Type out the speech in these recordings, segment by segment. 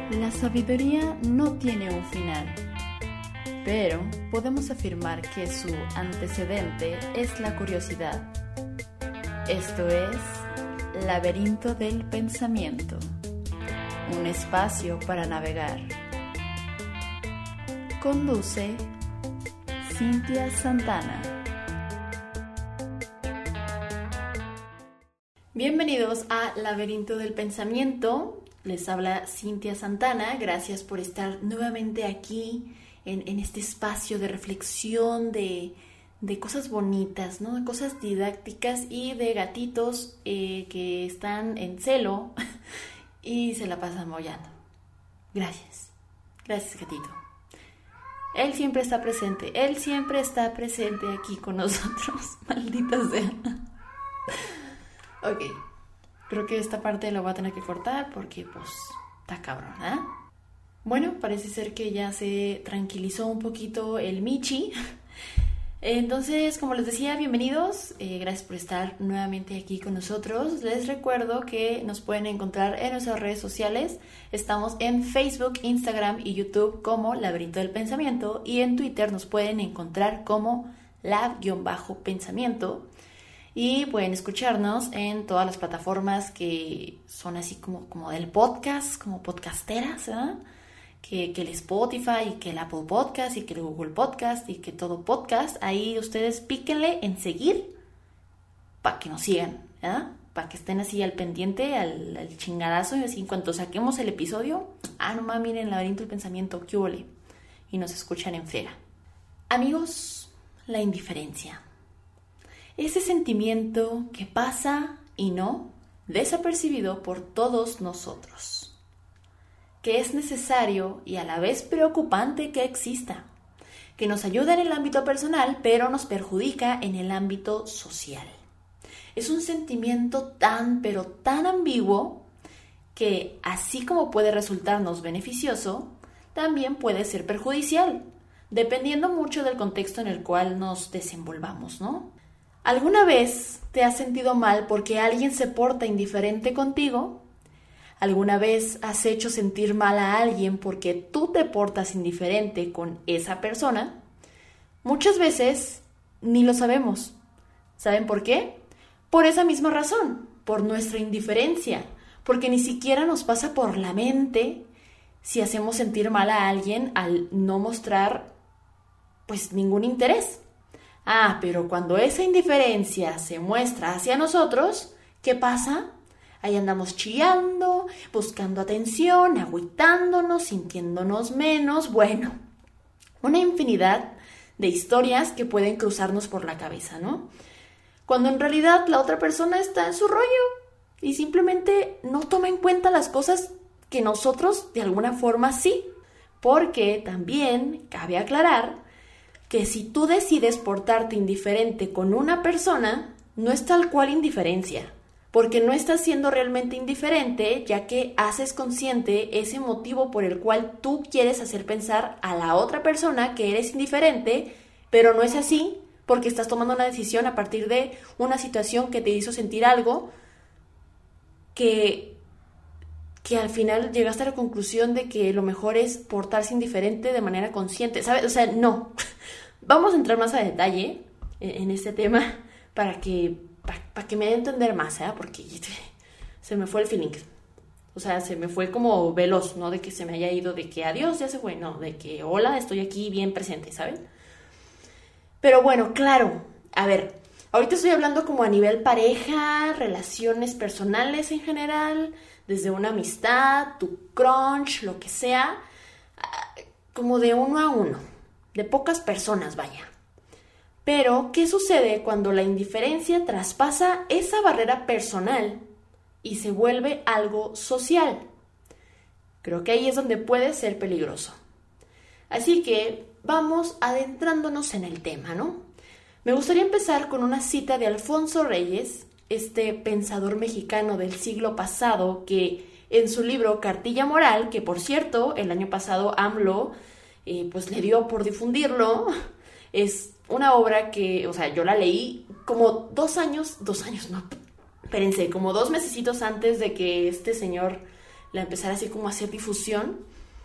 La sabiduría no tiene un final, pero podemos afirmar que su antecedente es la curiosidad. Esto es Laberinto del Pensamiento, un espacio para navegar. Conduce Cintia Santana. Bienvenidos a Laberinto del Pensamiento. Les habla Cintia Santana. Gracias por estar nuevamente aquí en este espacio de reflexión, de cosas bonitas, ¿no? De cosas didácticas y de gatitos que están en celo y se la pasan maullando. Gracias. Gracias, gatito. Él siempre está presente aquí con nosotros. Maldita sea. Ok. Creo que esta parte la voy a tener que cortar porque, pues, está cabrón, ¿eh? Bueno, parece ser que ya se tranquilizó un poquito el Michi. Entonces, como les decía, bienvenidos. Gracias por estar nuevamente aquí con nosotros. Les recuerdo que nos pueden encontrar en nuestras redes sociales. Estamos en Facebook, Instagram y YouTube como Laberinto del Pensamiento. Y en Twitter nos pueden encontrar como lab-pensamiento. Y pueden escucharnos en todas las plataformas que son así como del podcast, como podcasteras, ¿verdad? Que el Spotify y que el Apple Podcast y que el Google Podcast y que todo podcast. Ahí ustedes píquenle en seguir para que nos sigan, ¿verdad? Para que estén así al pendiente, al chingadazo. Y así en cuanto saquemos el episodio, nomás miren Laberinto del Pensamiento, qué huele. Y nos escuchan en friega. Amigos, la indiferencia. Ese sentimiento que pasa y no desapercibido por todos nosotros, que es necesario y a la vez preocupante que exista, que nos ayuda en el ámbito personal pero nos perjudica en el ámbito social. Es un sentimiento tan pero tan ambiguo que así como puede resultarnos beneficioso, también puede ser perjudicial, dependiendo mucho del contexto en el cual nos desenvolvamos, ¿no? ¿Alguna vez te has sentido mal porque alguien se porta indiferente contigo? ¿Alguna vez has hecho sentir mal a alguien porque tú te portas indiferente con esa persona? Muchas veces ni lo sabemos. ¿Saben por qué? Por esa misma razón, por nuestra indiferencia, porque ni siquiera nos pasa por la mente si hacemos sentir mal a alguien al no mostrar pues ningún interés. Pero cuando esa indiferencia se muestra hacia nosotros, ¿qué pasa? Ahí andamos chillando, buscando atención, agüitándonos, sintiéndonos menos. Bueno, una infinidad de historias que pueden cruzarnos por la cabeza, ¿no? Cuando en realidad la otra persona está en su rollo y simplemente no toma en cuenta las cosas que nosotros de alguna forma sí. Porque también cabe aclarar que si tú decides portarte indiferente con una persona, no es tal cual indiferencia, porque no estás siendo realmente indiferente, ya que haces consciente ese motivo por el cual tú quieres hacer pensar a la otra persona que eres indiferente, pero no es así, porque estás tomando una decisión a partir de una situación que te hizo sentir algo que al final llegaste a la conclusión de que lo mejor es portarse indiferente de manera consciente, ¿sabes? O sea, no. Vamos a entrar más a detalle en este tema para que me dé a entender más, ¿eh? Porque se me fue el feeling. O sea, se me fue como veloz, no de que se me haya ido, de que adiós, ya se fue, no, de que hola, estoy aquí bien presente, ¿saben? Pero bueno, claro, a ver, ahorita estoy hablando como a nivel pareja, relaciones personales en general, desde una amistad, tu crunch, lo que sea, como de uno a uno. De pocas personas, vaya. Pero, ¿qué sucede cuando la indiferencia traspasa esa barrera personal y se vuelve algo social? Creo que ahí es donde puede ser peligroso. Así que vamos adentrándonos en el tema, ¿no? Me gustaría empezar con una cita de Alfonso Reyes, este pensador mexicano del siglo pasado que en su libro Cartilla Moral, que por cierto, el año pasado AMLO pues le dio por difundirlo, es una obra que, o sea, yo la leí como 2 años, no, espérense, como 2 mesecitos antes de que este señor la empezara así como a hacer difusión.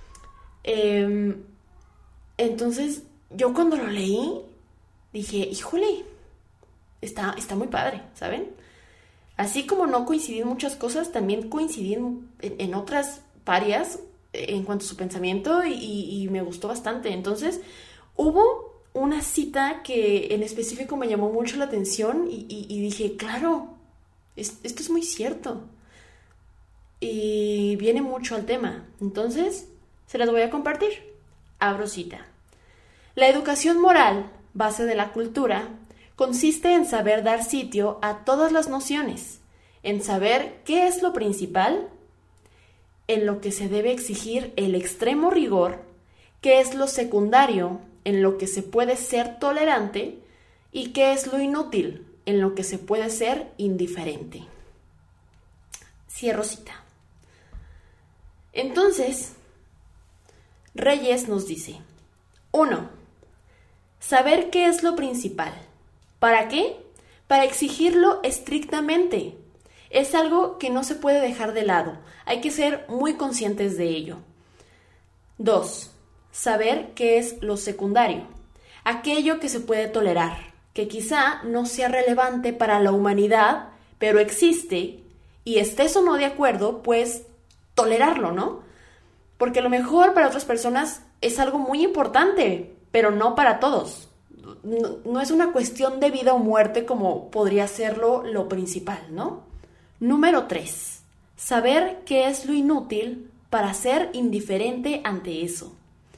Entonces, yo cuando lo leí, dije, híjole, está muy padre, ¿saben? Así como no coincidí en muchas cosas, también coincidí en otras varias en cuanto a su pensamiento y me gustó bastante. Entonces, hubo una cita que en específico me llamó mucho la atención y dije, claro, esto es muy cierto. Y viene mucho al tema. Entonces, se las voy a compartir. Abro cita. La educación moral, base de la cultura, consiste en saber dar sitio a todas las nociones, en saber qué es lo principal, en lo que se debe exigir el extremo rigor, qué es lo secundario, en lo que se puede ser tolerante, y qué es lo inútil, en lo que se puede ser indiferente. Cierro cita. Entonces, Reyes nos dice: 1. Saber qué es lo principal. ¿Para qué? Para exigirlo estrictamente. Es algo que no se puede dejar de lado. Hay que ser muy conscientes de ello. 2. Saber qué es lo secundario. Aquello que se puede tolerar, que quizá no sea relevante para la humanidad, pero existe, y estés o no de acuerdo, pues tolerarlo, ¿no? Porque a lo mejor para otras personas es algo muy importante, pero no para todos. No es una cuestión de vida o muerte como podría serlo lo principal, ¿no? Número 3. Saber qué es lo inútil para ser indiferente ante eso.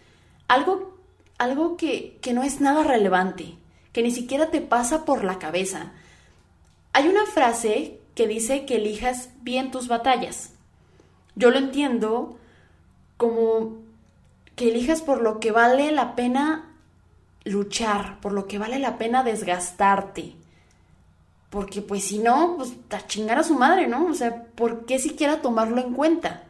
Algo que no es nada relevante, que ni siquiera te pasa por la cabeza. Hay una frase que dice que elijas bien tus batallas. Yo lo entiendo como que elijas por lo que vale la pena luchar, por lo que vale la pena desgastarte. Porque pues si no, pues a chingar a su madre, ¿no? O sea, ¿por qué siquiera tomarlo en cuenta?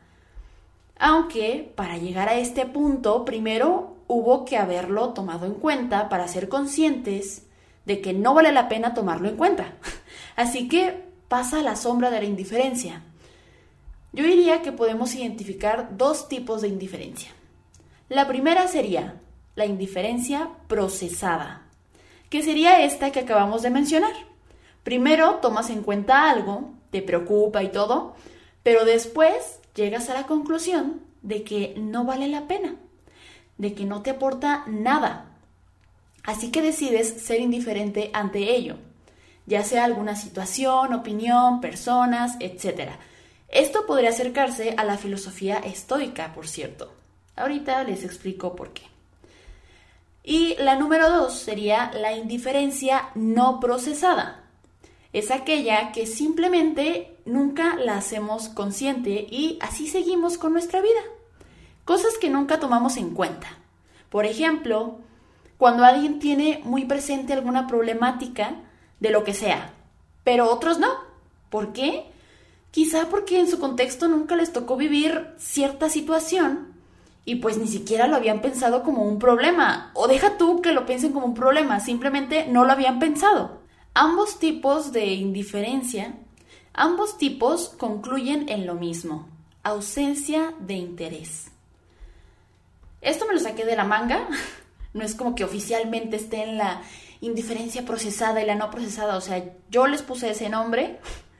Aunque para llegar a este punto, primero hubo que haberlo tomado en cuenta para ser conscientes de que no vale la pena tomarlo en cuenta. Así que pasa a la sombra de la indiferencia. Yo diría que podemos identificar 2 tipos de indiferencia. La primera sería la indiferencia procesada, que sería esta que acabamos de mencionar. Primero tomas en cuenta algo, te preocupa y todo, pero después llegas a la conclusión de que no vale la pena, de que no te aporta nada. Así que decides ser indiferente ante ello, ya sea alguna situación, opinión, personas, etc. Esto podría acercarse a la filosofía estoica, por cierto. Ahorita les explico por qué. Y la número 2 sería la indiferencia no procesada. Es aquella que simplemente nunca la hacemos consciente y así seguimos con nuestra vida. Cosas que nunca tomamos en cuenta. Por ejemplo, cuando alguien tiene muy presente alguna problemática de lo que sea, pero otros no. ¿Por qué? Quizá porque en su contexto nunca les tocó vivir cierta situación y pues ni siquiera lo habían pensado como un problema. O deja tú que lo piensen como un problema, simplemente no lo habían pensado. Ambos tipos de indiferencia, ambos tipos concluyen en lo mismo: ausencia de interés. Esto me lo saqué de la manga, no es como que oficialmente esté en la indiferencia procesada y la no procesada, o sea, yo les puse ese nombre,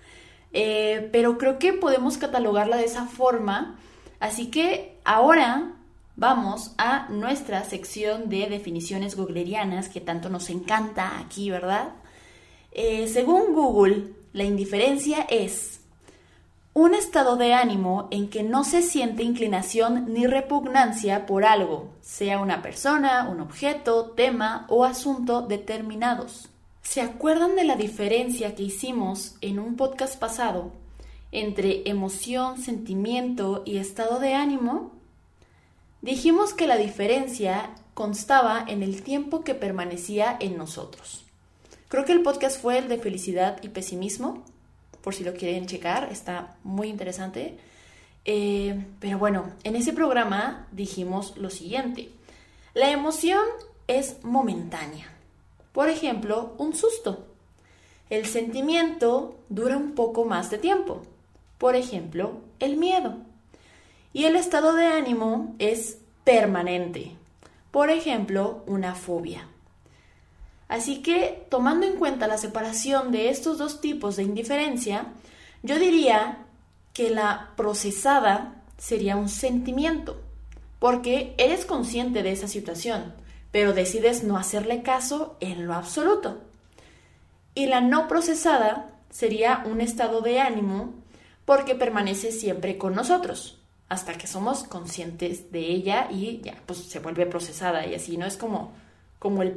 pero creo que podemos catalogarla de esa forma, así que ahora vamos a nuestra sección de definiciones googlerianas que tanto nos encanta aquí, ¿verdad? Según Google, la indiferencia es un estado de ánimo en que no se siente inclinación ni repugnancia por algo, sea una persona, un objeto, tema o asunto determinados. ¿Se acuerdan de la diferencia que hicimos en un podcast pasado entre emoción, sentimiento y estado de ánimo? Dijimos que la diferencia constaba en el tiempo que permanecía en nosotros. Creo que el podcast fue el de felicidad y pesimismo, por si lo quieren checar, está muy interesante. Pero bueno, en ese programa dijimos lo siguiente: la emoción es momentánea. Por ejemplo, un susto. El sentimiento dura un poco más de tiempo. Por ejemplo, el miedo. Y el estado de ánimo es permanente. Por ejemplo, una fobia. Así que, tomando en cuenta la separación de estos dos tipos de indiferencia, yo diría que la procesada sería un sentimiento, porque eres consciente de esa situación, pero decides no hacerle caso en lo absoluto. Y la no procesada sería un estado de ánimo porque permanece siempre con nosotros, hasta que somos conscientes de ella y ya, pues se vuelve procesada y así, ¿no? Es como el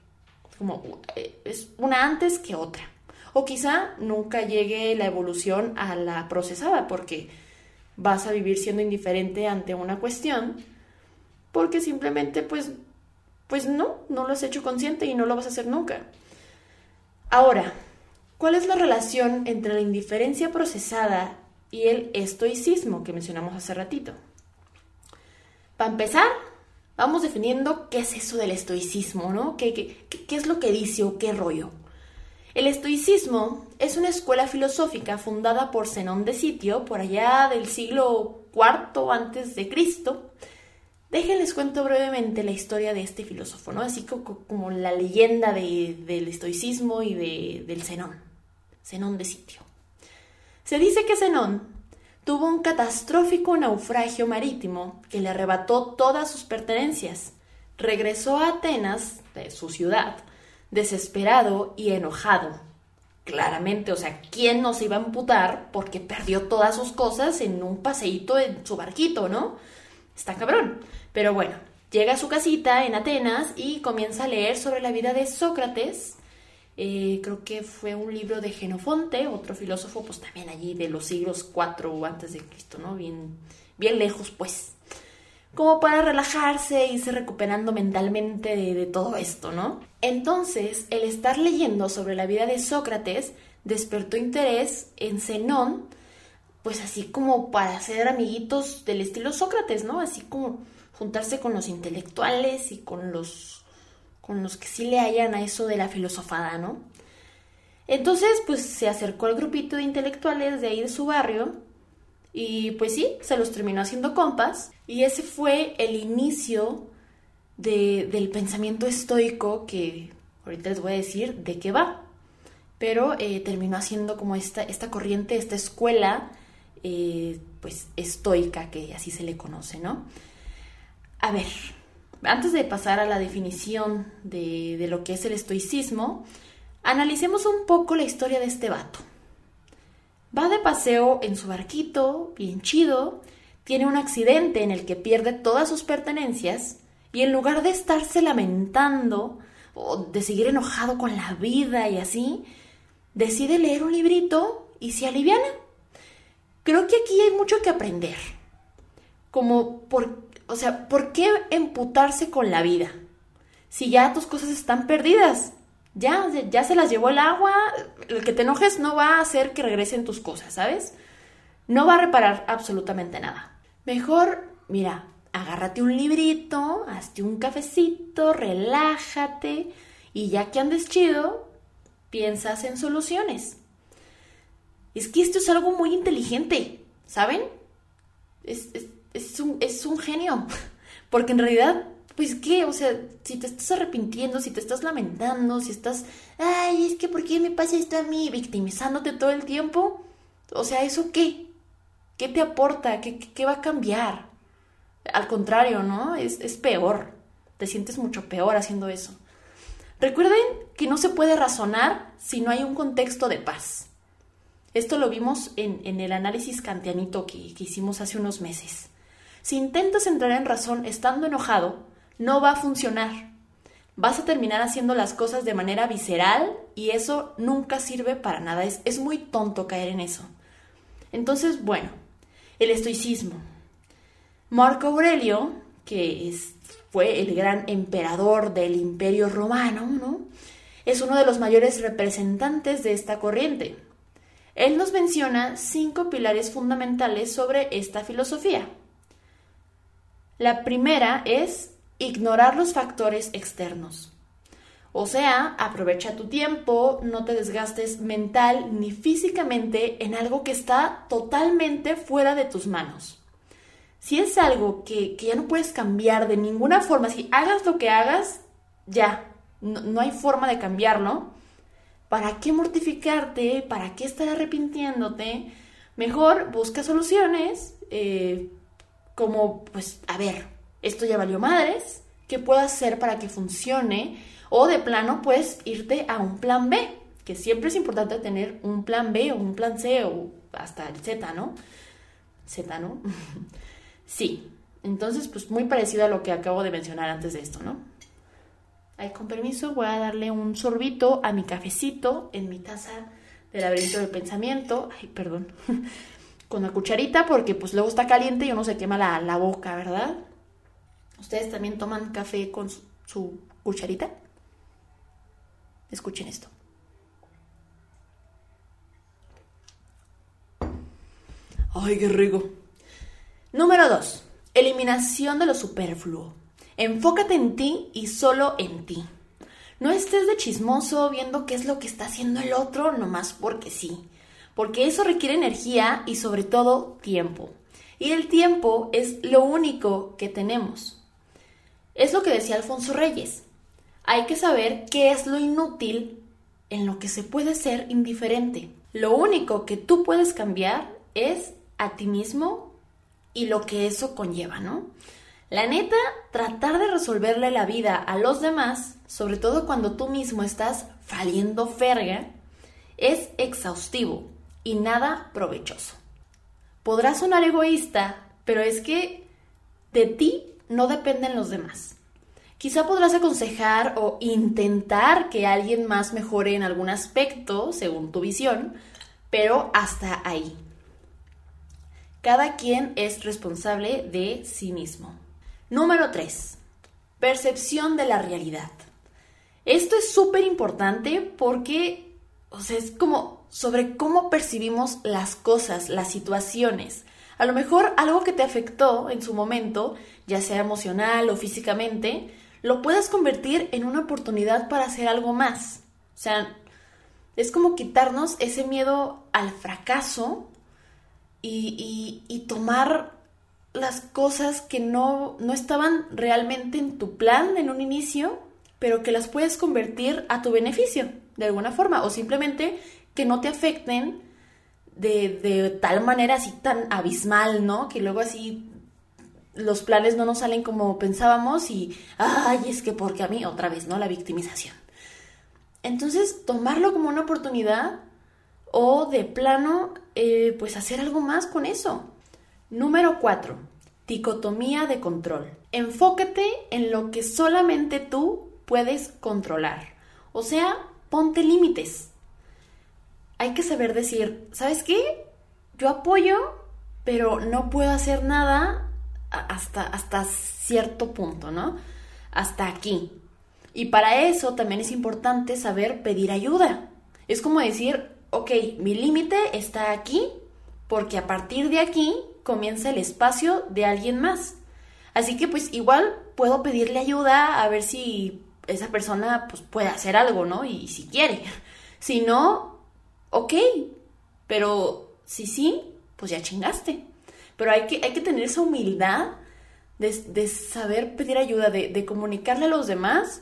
es una antes que otra. O quizá nunca llegue la evolución a la procesada porque vas a vivir siendo indiferente ante una cuestión porque simplemente pues no lo has hecho consciente y no lo vas a hacer nunca. Ahora, ¿cuál es la relación entre la indiferencia procesada y el estoicismo que mencionamos hace ratito? Para empezar, vamos definiendo qué es eso del estoicismo, ¿no? ¿Qué es lo que dice o qué rollo? El estoicismo es una escuela filosófica fundada por Zenón de Sitio por allá del siglo IV antes de Cristo. Déjenles cuento brevemente la historia de este filósofo, ¿no? Así como la leyenda del estoicismo y del Zenón de Sitio. Se dice que Zenón tuvo un catastrófico naufragio marítimo que le arrebató todas sus pertenencias. Regresó a Atenas, de su ciudad, desesperado y enojado. Claramente, o sea, ¿quién no se iba a emputar porque perdió todas sus cosas en un paseíto en su barquito, ¿no? Está cabrón. Pero bueno, llega a su casita en Atenas y comienza a leer sobre la vida de Sócrates. Creo que fue un libro de Jenofonte, otro filósofo, pues también allí de los siglos IV antes de Cristo, ¿no? Bien lejos, pues. Como para relajarse y irse recuperando mentalmente de todo esto, ¿no? Entonces, el estar leyendo sobre la vida de Sócrates despertó interés en Zenón, pues así como para hacer amiguitos del estilo Sócrates, ¿no? Así como juntarse con los intelectuales y con los que sí le hallan a eso de la filosofada, ¿no? Entonces, pues se acercó al grupito de intelectuales de ahí de su barrio y pues sí, se los terminó haciendo compas y ese fue el inicio del pensamiento estoico que ahorita les voy a decir de qué va. Pero terminó haciendo como esta corriente, esta escuela pues estoica, que así se le conoce, ¿no? A ver, antes de pasar a la definición de lo que es el estoicismo, analicemos un poco la historia de este vato. Va de paseo en su barquito, bien chido, tiene un accidente en el que pierde todas sus pertenencias y en lugar de estarse lamentando o de seguir enojado con la vida y así, decide leer un librito y se aliviana. Creo que aquí hay mucho que aprender. ¿Por qué emputarse con la vida? Si ya tus cosas están perdidas, ya se las llevó el agua, el que te enojes no va a hacer que regresen tus cosas, ¿sabes? No va a reparar absolutamente nada. Mejor, mira, agárrate un librito, hazte un cafecito, relájate y ya que andes chido, piensas en soluciones. Es que esto es algo muy inteligente, ¿saben? Es un genio. Porque en realidad, pues qué, o sea, si te estás arrepintiendo, si te estás lamentando, si estás, ay, es que ¿por qué me pasa esto a mí? Victimizándote todo el tiempo. O sea, ¿eso qué? ¿Qué te aporta? ¿Qué va a cambiar? Al contrario, ¿no? Es peor. Te sientes mucho peor haciendo eso. Recuerden que no se puede razonar si no hay un contexto de paz. Esto lo vimos en el análisis kantianito que hicimos hace unos meses. Si intentas entrar en razón estando enojado, no va a funcionar. Vas a terminar haciendo las cosas de manera visceral y eso nunca sirve para nada. Es muy tonto caer en eso. Entonces, bueno, el estoicismo. Marco Aurelio, que fue el gran emperador del Imperio Romano, ¿no? Es uno de los mayores representantes de esta corriente. Él nos menciona 5 pilares fundamentales sobre esta filosofía. La primera es ignorar los factores externos. O sea, aprovecha tu tiempo, no te desgastes mental ni físicamente en algo que está totalmente fuera de tus manos. Si es algo que ya no puedes cambiar de ninguna forma, si hagas lo que hagas, ya, no hay forma de cambiarlo, ¿para qué mortificarte? ¿Para qué estar arrepintiéndote? Mejor busca soluciones, como, pues, a ver, esto ya valió madres, ¿qué puedo hacer para que funcione? O de plano, pues, irte a un plan B, que siempre es importante tener un plan B o un plan C o hasta el Z, ¿no? Z, ¿no? Sí, entonces, pues, muy parecido a lo que acabo de mencionar antes de esto, ¿no? Ay, con permiso, voy a darle un sorbito a mi cafecito en mi taza del laberinto del pensamiento. Ay, perdón. Con la cucharita porque pues luego está caliente y uno se quema la boca, ¿verdad? ¿Ustedes también toman café con su cucharita? Escuchen esto. Ay, qué rico. Número 2. Eliminación de lo superfluo. Enfócate en ti y solo en ti. No estés de chismoso viendo qué es lo que está haciendo el otro nomás porque sí. Porque eso requiere energía y sobre todo tiempo. Y el tiempo es lo único que tenemos. Es lo que decía Alfonso Reyes. Hay que saber qué es lo inútil en lo que se puede ser indiferente. Lo único que tú puedes cambiar es a ti mismo y lo que eso conlleva, ¿no? La neta, tratar de resolverle la vida a los demás, sobre todo cuando tú mismo estás valiendo ferga, es exhaustivo y nada provechoso. Podrá sonar egoísta, pero es que de ti no dependen los demás. Quizá podrás aconsejar o intentar que alguien más mejore en algún aspecto, según tu visión, pero hasta ahí. Cada quien es responsable de sí mismo. Número 3. Percepción de la realidad. Esto es súper importante porque, es como sobre cómo percibimos las cosas, las situaciones. A lo mejor algo que te afectó en su momento, ya sea emocional o físicamente, lo puedes convertir en una oportunidad para hacer algo más. O sea, es como quitarnos ese miedo al fracaso y tomar las cosas que no estaban realmente en tu plan en un inicio, pero que las puedes convertir a tu beneficio, de alguna forma, o simplemente que no te afecten de tal manera así tan abismal, ¿no? Que luego así los planes no nos salen como pensábamos y, ay, es que porque a mí, otra vez, ¿no? La victimización. Entonces, tomarlo como una oportunidad o de plano, pues hacer algo más con eso. Número 4. Dicotomía de control. Enfócate en lo que solamente tú puedes controlar. O sea, ponte límites. Hay que saber decir, ¿sabes qué? Yo apoyo, pero no puedo hacer nada hasta cierto punto, ¿no? Hasta aquí. Y para eso también es importante saber pedir ayuda. Es como decir, ok, mi límite está aquí, porque a partir de aquí comienza el espacio de alguien más. Así que pues igual puedo pedirle ayuda a ver si esa persona pues puede hacer algo, ¿no? Y si quiere. Si no, ok. Pero si sí, pues ya chingaste. Pero hay que tener esa humildad de saber pedir ayuda, de comunicarle a los demás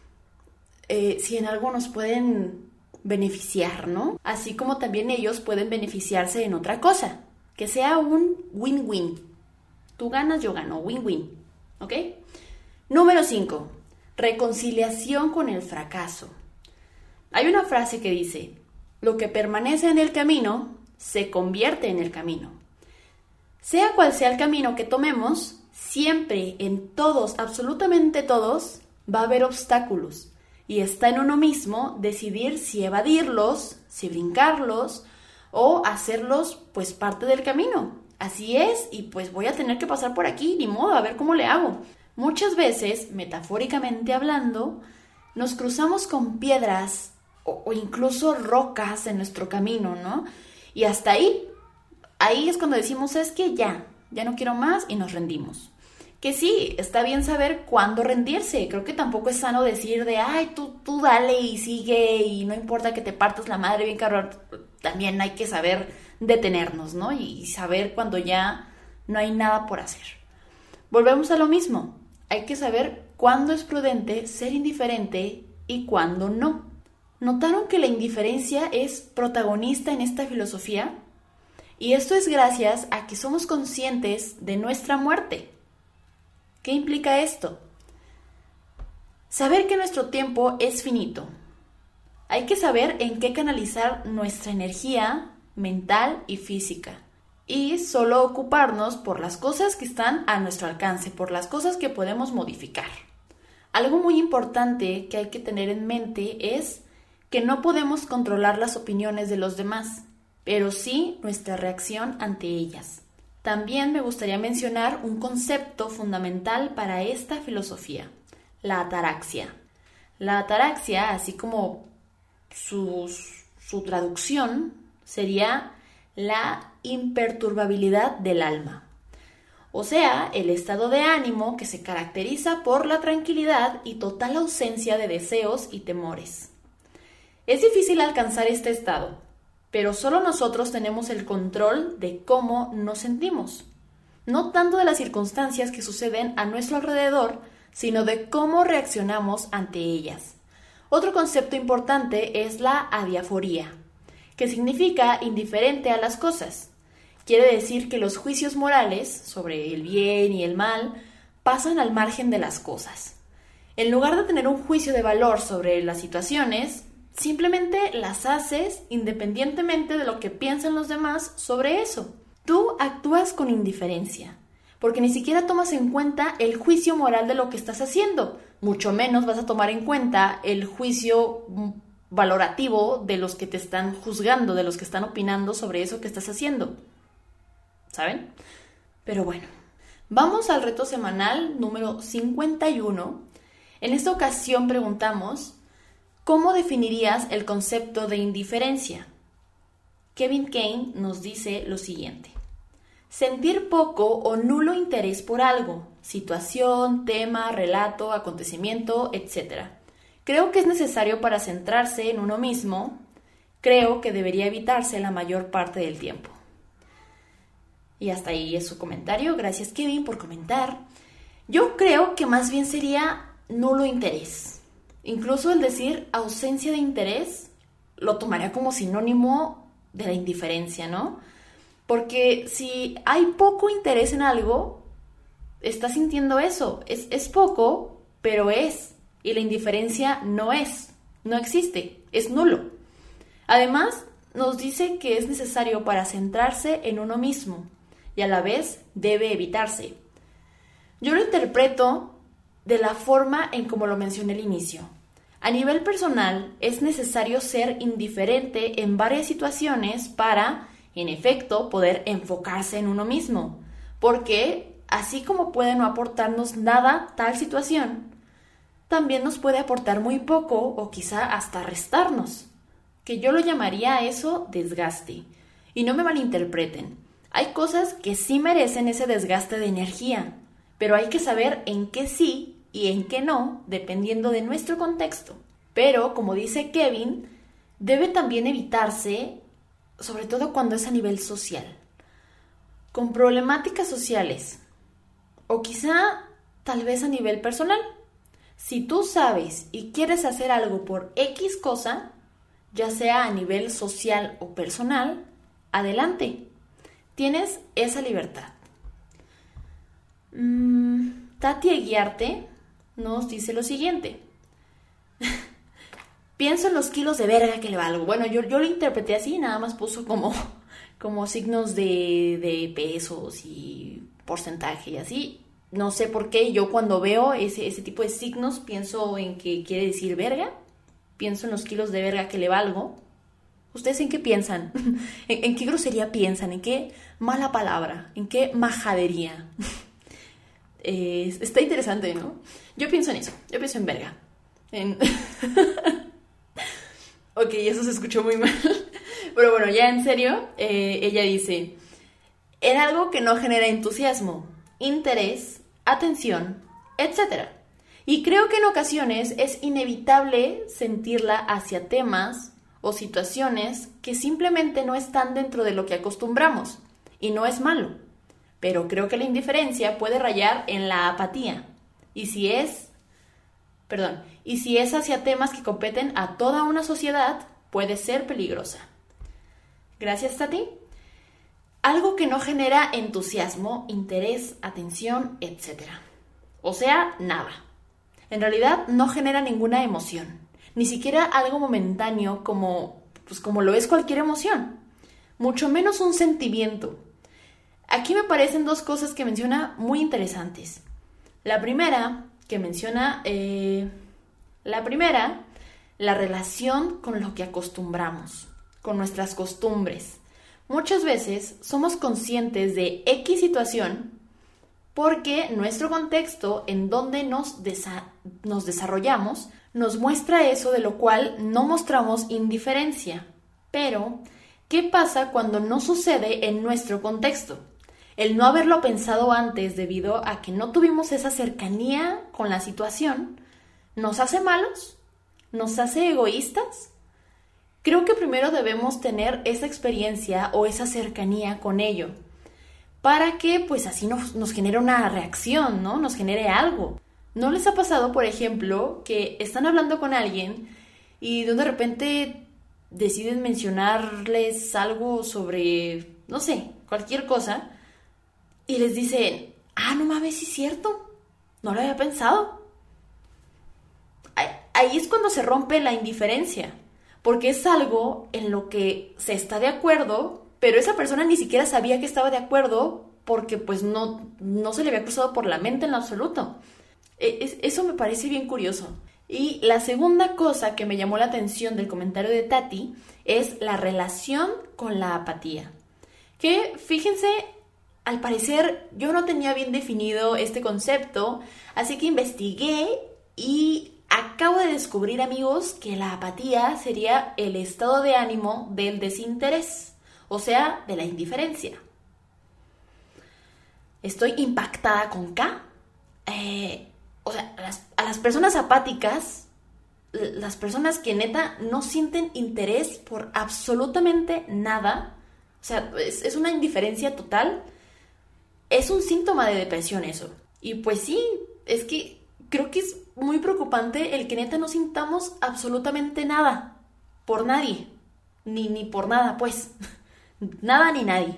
si en algo nos pueden beneficiar, ¿no? Así como también ellos pueden beneficiarse en otra cosa. Que sea un win-win. Tú ganas, yo gano. Win-win. ¿Ok? Número 5. Reconciliación con el fracaso. Hay una frase que dice, lo que permanece en el camino, se convierte en el camino. Sea cual sea el camino que tomemos, siempre, en todos, absolutamente todos, va a haber obstáculos. Y está en uno mismo decidir si evadirlos, si brincarlos, o hacerlos pues parte del camino. Así es, y pues voy a tener que pasar por aquí, ni modo, a ver cómo le hago. Muchas veces, metafóricamente hablando, nos cruzamos con piedras o incluso rocas en nuestro camino, ¿no? Y hasta ahí es cuando decimos, es que ya no quiero más y nos rendimos. Que sí, está bien saber cuándo rendirse. Creo que tampoco es sano decir de, ay, tú dale y sigue y no importa que te partas la madre bien cabrón. También hay que saber detenernos, ¿no? Y saber cuando ya no hay nada por hacer. Volvemos a lo mismo, hay que saber cuándo es prudente ser indiferente y cuándo no. ¿Notaron que la indiferencia es protagonista en esta filosofía? Y esto es gracias a que somos conscientes de nuestra muerte. ¿Qué implica esto? Saber que nuestro tiempo es finito. Hay que saber en qué canalizar nuestra energía mental y física. Y solo ocuparnos por las cosas que están a nuestro alcance, por las cosas que podemos modificar. Algo muy importante que hay que tener en mente es que no podemos controlar las opiniones de los demás, pero sí nuestra reacción ante ellas. También me gustaría mencionar un concepto fundamental para esta filosofía, la ataraxia. La ataraxia, así como su traducción, sería la imperturbabilidad del alma. O sea, el estado de ánimo que se caracteriza por la tranquilidad y total ausencia de deseos y temores. Es difícil alcanzar este estado, pero solo nosotros tenemos el control de cómo nos sentimos. No tanto de las circunstancias que suceden a nuestro alrededor, sino de cómo reaccionamos ante ellas. Otro concepto importante es la adiaforía, que significa indiferente a las cosas. Quiere decir que los juicios morales sobre el bien y el mal pasan al margen de las cosas. En lugar de tener un juicio de valor sobre las situaciones, simplemente las haces independientemente de lo que piensan los demás sobre eso. Tú actúas con indiferencia, porque ni siquiera tomas en cuenta el juicio moral de lo que estás haciendo. Mucho menos vas a tomar en cuenta el juicio valorativo de los que te están juzgando, de los que están opinando sobre eso que estás haciendo. ¿Saben? Pero bueno, vamos al reto semanal número 51. En esta ocasión preguntamos: ¿cómo definirías el concepto de indiferencia? Kevin Kane nos dice lo siguiente: sentir poco o nulo interés por algo, situación, tema, relato, acontecimiento, etc. Creo que es necesario para centrarse en uno mismo. Creo que debería evitarse la mayor parte del tiempo. Y hasta ahí es su comentario. Gracias, Kevin, por comentar. Yo creo que más bien sería nulo interés. Incluso el decir ausencia de interés lo tomaría como sinónimo de la indiferencia, ¿no? Porque si hay poco interés en algo, estás sintiendo eso. Es poco, pero es. Y la indiferencia no es, no existe, es nulo. Además, nos dice que es necesario para centrarse en uno mismo y a la vez debe evitarse. Yo lo interpreto de la forma en como lo mencioné al inicio. A nivel personal, es necesario ser indiferente en varias situaciones para, en efecto, poder enfocarse en uno mismo. Porque, así como puede no aportarnos nada tal situación, también nos puede aportar muy poco o quizá hasta restarnos. Que yo lo llamaría a eso desgaste. Y no me malinterpreten. Hay cosas que sí merecen ese desgaste de energía, pero hay que saber en qué sí y en qué no, dependiendo de nuestro contexto. Pero, como dice Kevin, debe también evitarse, sobre todo cuando es a nivel social. Con problemáticas sociales, o quizá tal vez a nivel personal. Si tú sabes y quieres hacer algo por X cosa, ya sea a nivel social o personal, adelante. Tienes esa libertad. Tati Eguiarte nos dice lo siguiente: pienso en los kilos de verga que le valgo. Bueno, yo lo interpreté así, nada más puso como signos de pesos y porcentaje y así. No sé por qué yo cuando veo ese tipo de signos pienso en que quiere decir verga. Pienso en los kilos de verga que le valgo. ¿Ustedes en qué piensan? ¿En qué grosería piensan? ¿En qué mala palabra? ¿En qué majadería? Está interesante, ¿no? Yo pienso en eso. Yo pienso en verga. Ok, eso se escuchó muy mal. Pero bueno, ya en serio, ella dice: en algo que no genera entusiasmo, interés, atención, etc. Y creo que en ocasiones es inevitable sentirla hacia temas o situaciones que simplemente no están dentro de lo que acostumbramos. Y no es malo. pero creo que la indiferencia puede rayar en la apatía. Y si es hacia temas que competen a toda una sociedad, puede ser peligrosa. Gracias, Tati. Algo que no genera entusiasmo, interés, atención, etc. O sea, nada. En realidad no genera ninguna emoción, ni siquiera algo momentáneo como lo es cualquier emoción, mucho menos un sentimiento. Aquí me parecen dos cosas que menciona muy interesantes. La primera, la relación con lo que acostumbramos, con nuestras costumbres. Muchas veces somos conscientes de X situación porque nuestro contexto en donde nos desarrollamos nos muestra eso, de lo cual no mostramos indiferencia. Pero, ¿qué pasa cuando no sucede en nuestro contexto? El no haberlo pensado antes debido a que no tuvimos esa cercanía con la situación, ¿nos hace malos? ¿Nos hace egoístas? Creo que primero debemos tener esa experiencia o esa cercanía con ello, para que pues así nos genere una reacción, ¿no? Nos genere algo. ¿No les ha pasado, por ejemplo, que están hablando con alguien y de repente deciden mencionarles algo sobre, no sé, cualquier cosa, y les dicen, no mames, sí es cierto, no lo había pensado? Ahí es cuando se rompe la indiferencia, porque es algo en lo que se está de acuerdo, pero esa persona ni siquiera sabía que estaba de acuerdo porque pues no se le había cruzado por la mente en lo absoluto. Eso me parece bien curioso. Y la segunda cosa que me llamó la atención del comentario de Tati es la relación con la apatía. Que, fíjense, al parecer yo no tenía bien definido este concepto, así que investigué y acabo de descubrir, amigos, que la apatía sería el estado de ánimo del desinterés, o sea, de la indiferencia. Estoy impactada con K. A las personas apáticas, las personas que neta no sienten interés por absolutamente nada, o sea, es una indiferencia total, es un síntoma de depresión eso. Y pues sí, es que creo que es muy preocupante el que neta no sintamos absolutamente nada por nadie, ni por nada, pues, nada ni nadie.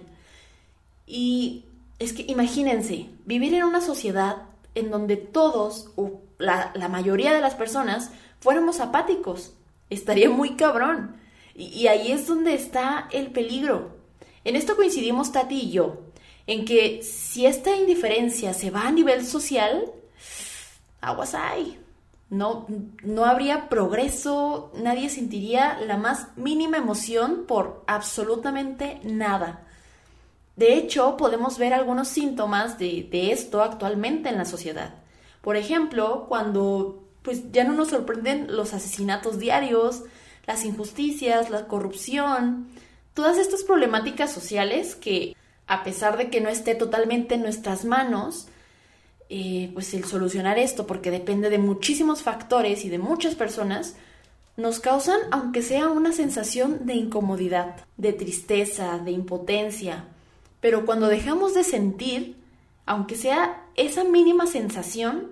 Y es que imagínense, vivir en una sociedad en donde todos, o la mayoría de las personas, fuéramos apáticos. Estaría muy cabrón. Y ahí es donde está el peligro. En esto coincidimos Tati y yo, en que si esta indiferencia se va a nivel social, aguas hay. No habría progreso, nadie sentiría la más mínima emoción por absolutamente nada. De hecho, podemos ver algunos síntomas de esto actualmente en la sociedad. Por ejemplo, cuando pues ya no nos sorprenden los asesinatos diarios, las injusticias, la corrupción, todas estas problemáticas sociales que, a pesar de que no esté totalmente en nuestras manos, pues el solucionar esto, porque depende de muchísimos factores y de muchas personas, nos causan, aunque sea una sensación de incomodidad, de tristeza, de impotencia. Pero cuando dejamos de sentir, aunque sea esa mínima sensación,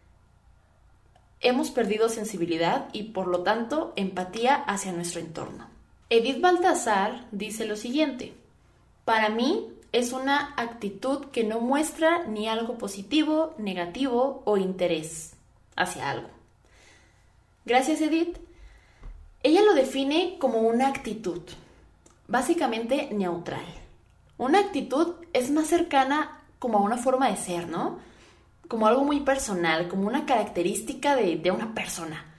hemos perdido sensibilidad y, por lo tanto, empatía hacia nuestro entorno. Edith Baltasar dice lo siguiente: para mí es una actitud que no muestra ni algo positivo, negativo o interés hacia algo. Gracias, Edith. Ella lo define como una actitud, básicamente neutral. Una actitud es más cercana como a una forma de ser, ¿no? Como algo muy personal, como una característica de una persona.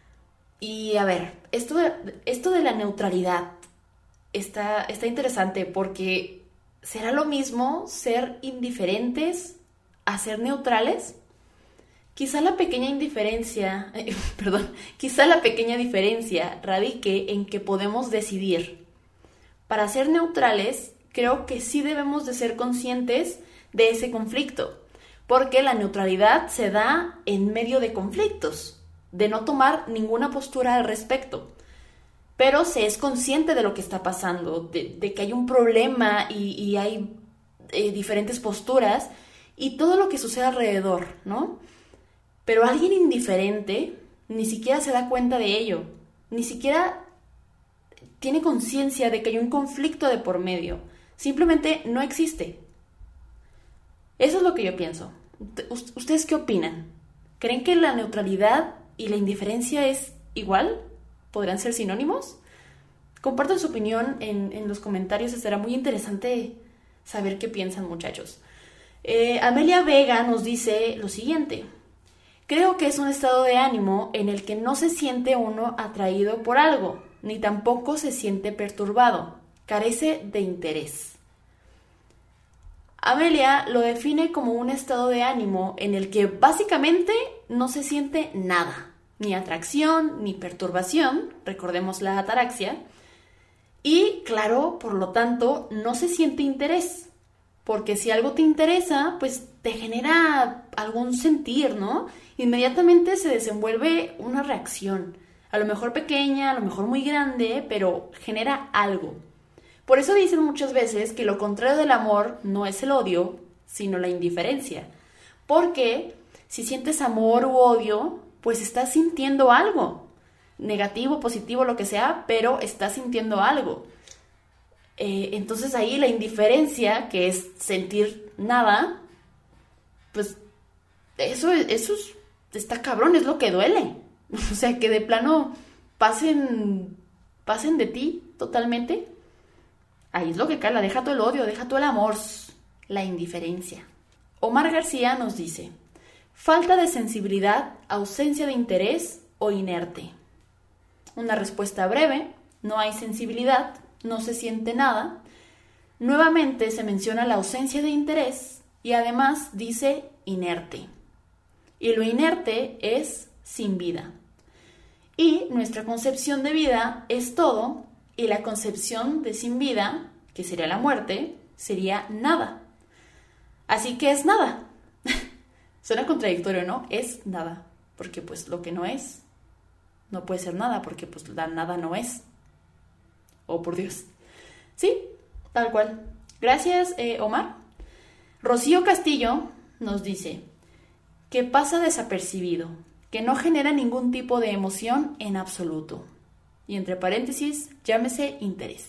Y a ver, esto de la neutralidad está interesante, porque ¿será lo mismo ser indiferentes a ser neutrales? Quizá la pequeña diferencia radique en que podemos decidir. Para ser neutrales, creo que sí debemos de ser conscientes de ese conflicto, porque la neutralidad se da en medio de conflictos, de no tomar ninguna postura al respecto. Pero se es consciente de lo que está pasando, de que hay un problema y hay diferentes posturas y todo lo que sucede alrededor, ¿no? Pero alguien indiferente ni siquiera se da cuenta de ello, ni siquiera tiene conciencia de que hay un conflicto de por medio, simplemente no existe. Eso es lo que yo pienso. ¿Ustedes qué opinan? ¿Creen que la neutralidad y la indiferencia es igual? ¿Podrían ser sinónimos? Compartan su opinión en los comentarios, será muy interesante saber qué piensan, muchachos. Amelia Vega nos dice lo siguiente: creo que es un estado de ánimo en el que no se siente uno atraído por algo, ni tampoco se siente perturbado, carece de interés. Amelia lo define como un estado de ánimo en el que básicamente no se siente nada, ni atracción, ni perturbación, recordemos la ataraxia, y claro, por lo tanto, no se siente interés, porque si algo te interesa, pues te genera algún sentir, ¿no? Inmediatamente se desenvuelve una reacción, a lo mejor pequeña, a lo mejor muy grande, pero genera algo. Por eso dicen muchas veces que lo contrario del amor no es el odio, sino la indiferencia. Porque si sientes amor u odio, pues estás sintiendo algo. Negativo, positivo, lo que sea, pero estás sintiendo algo. Entonces ahí la indiferencia, que es sentir nada, pues eso está cabrón, es lo que duele. O sea, que de plano pasen de ti totalmente. Ahí es lo que cala, deja todo el odio, deja todo el amor, la indiferencia. Omar García nos dice: falta de sensibilidad, ausencia de interés o inerte. Una respuesta breve: no hay sensibilidad, no se siente nada. Nuevamente se menciona la ausencia de interés y además dice inerte. Y lo inerte es sin vida. Y nuestra concepción de vida es todo. Y la concepción de sin vida, que sería la muerte, sería nada. Así que es nada. Suena contradictorio, ¿no? Es nada. Porque pues lo que no es, no puede ser nada, porque pues la nada no es. Oh, por Dios. Sí, tal cual. Gracias, Omar. Rocío Castillo nos dice que pasa desapercibido, que no genera ningún tipo de emoción en absoluto. Y entre paréntesis, llámese interés.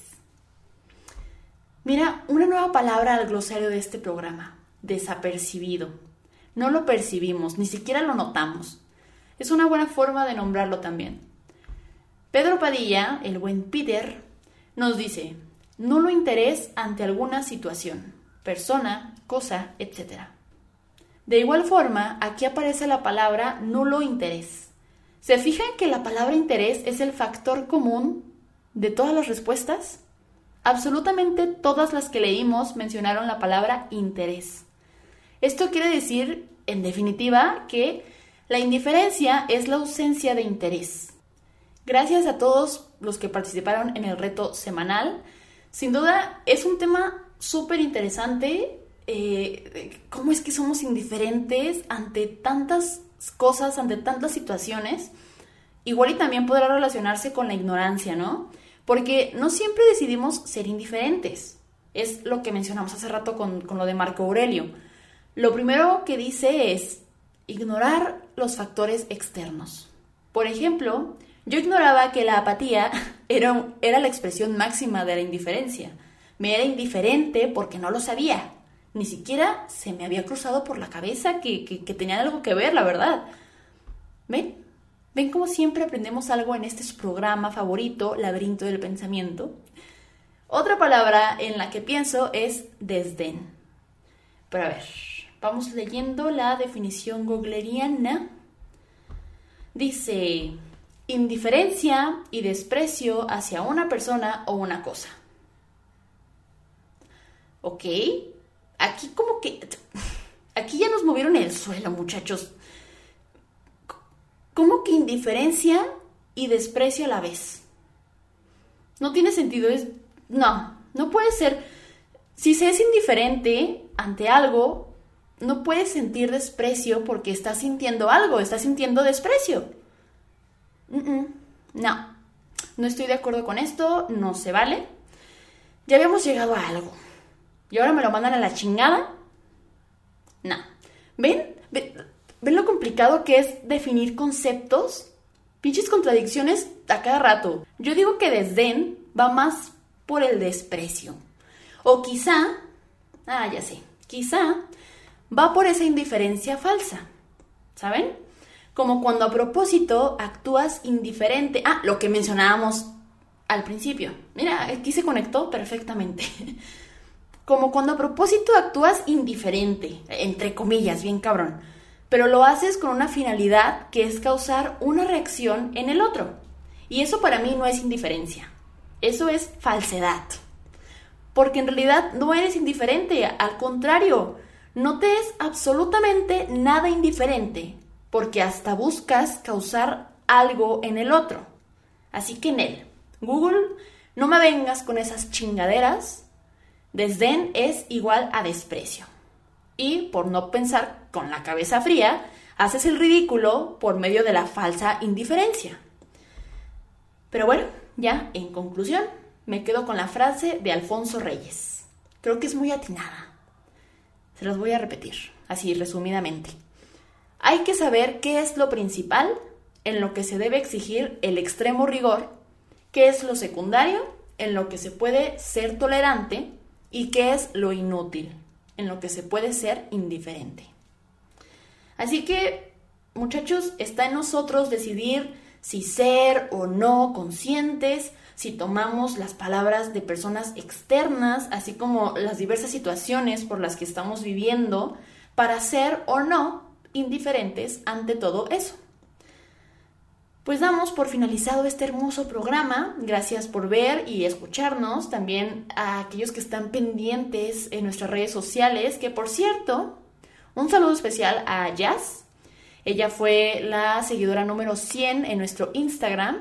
Mira, una nueva palabra al glosario de este programa: desapercibido. No lo percibimos, ni siquiera lo notamos. Es una buena forma de nombrarlo también. Pedro Padilla, el buen Peter, nos dice: nulo interés ante alguna situación, persona, cosa, etc. De igual forma, aquí aparece la palabra nulo interés. ¿Se fijan que la palabra interés es el factor común de todas las respuestas? Absolutamente todas las que leímos mencionaron la palabra interés. Esto quiere decir, en definitiva, que la indiferencia es la ausencia de interés. Gracias a todos los que participaron en el reto semanal. Sin duda, es un tema súper interesante. ¿Cómo es que somos indiferentes ante tantas cosas, ante tantas situaciones? Igual y también podrá relacionarse con la ignorancia, ¿no? Porque no siempre decidimos ser indiferentes. Es lo que mencionamos hace rato con lo de Marco Aurelio. Lo primero que dice es ignorar los factores externos. Por ejemplo, yo ignoraba que la apatía era la expresión máxima de la indiferencia. Me era indiferente porque no lo sabía. Ni siquiera se me había cruzado por la cabeza que tenían algo que ver, la verdad. ¿Ven cómo siempre aprendemos algo en este su programa favorito, Laberinto del Pensamiento? Otra palabra en la que pienso es desdén. Pero a ver, vamos leyendo la definición googleriana. Dice: indiferencia y desprecio hacia una persona o una cosa. Ok. Aquí ya nos movieron el suelo, muchachos. ¿Cómo que indiferencia y desprecio a la vez? No tiene sentido. No puede ser. Si se es indiferente ante algo, no puedes sentir desprecio porque estás sintiendo algo, estás sintiendo desprecio. No estoy de acuerdo con esto, no se vale. Ya habíamos llegado a algo. y ahora me lo mandan a la chingada. No. ¿Ven lo complicado que es definir conceptos? Pinches contradicciones a cada rato. Yo digo que desdén va más por el desprecio. O quizá, ya sé, quizá va por esa indiferencia falsa. ¿Saben? Como cuando a propósito actúas indiferente. Lo que mencionábamos al principio. Mira, aquí se conectó perfectamente. Como cuando a propósito actúas indiferente, entre comillas, bien cabrón. Pero lo haces con una finalidad que es causar una reacción en el otro. Y eso para mí no es indiferencia. Eso es falsedad. Porque en realidad no eres indiferente, al contrario, no te es absolutamente nada indiferente, porque hasta buscas causar algo en el otro. Así que Nel, Google, no me vengas con esas chingaderas. Desdén es igual a desprecio. Y por no pensar con la cabeza fría, haces el ridículo por medio de la falsa indiferencia. Pero bueno, ya en conclusión, me quedo con la frase de Alfonso Reyes. Creo que es muy atinada. Se las voy a repetir, así resumidamente. Hay que saber qué es lo principal en lo que se debe exigir el extremo rigor, qué es lo secundario en lo que se puede ser tolerante y qué es lo inútil en lo que se puede ser indiferente. Así que, muchachos, está en nosotros decidir si ser o no conscientes, si tomamos las palabras de personas externas, así como las diversas situaciones por las que estamos viviendo, para ser o no indiferentes ante todo eso. Pues damos por finalizado este hermoso programa. Gracias por ver y escucharnos. También a aquellos que están pendientes en nuestras redes sociales, que por cierto, un saludo especial a Jazz. Ella fue la seguidora número 100 en nuestro Instagram.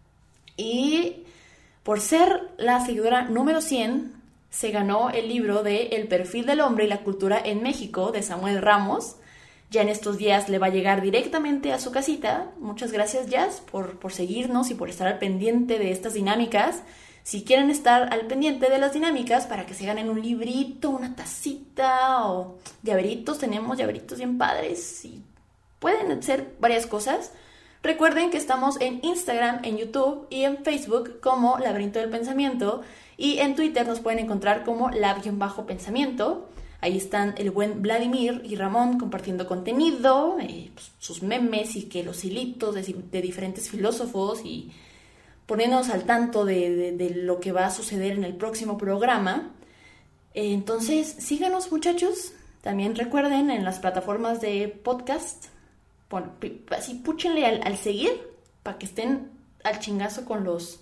Y por ser la seguidora número 100, se ganó el libro de El perfil del hombre y la cultura en México, de Samuel Ramos. Ya en estos días le va a llegar directamente a su casita. Muchas gracias, Jazz, por seguirnos y por estar al pendiente de estas dinámicas. Si quieren estar al pendiente de las dinámicas para que se ganen un librito, una tacita o llaveritos, tenemos llaveritos bien padres y pueden ser varias cosas. Recuerden que estamos en Instagram, en YouTube y en Facebook como Laberinto del Pensamiento, y en Twitter nos pueden encontrar como Lab-Pensamiento. Ahí están el buen Vladimir y Ramón compartiendo contenido, sus memes y que los hilitos de diferentes filósofos, y poniéndonos al tanto de lo que va a suceder en el próximo programa. Entonces, síganos, muchachos. También recuerden en las plataformas de podcast, así púchenle al seguir para que estén al chingazo con los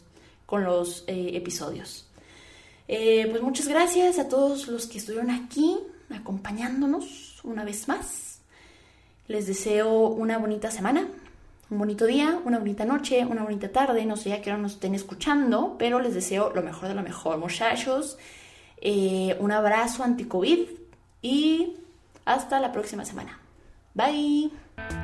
episodios. Pues muchas gracias a todos los que estuvieron aquí acompañándonos una vez más. Les deseo una bonita semana, un bonito día, una bonita noche, una bonita tarde. No sé a qué hora nos estén escuchando, pero les deseo lo mejor de lo mejor, muchachos. Un abrazo anti-COVID y hasta la próxima semana. Bye.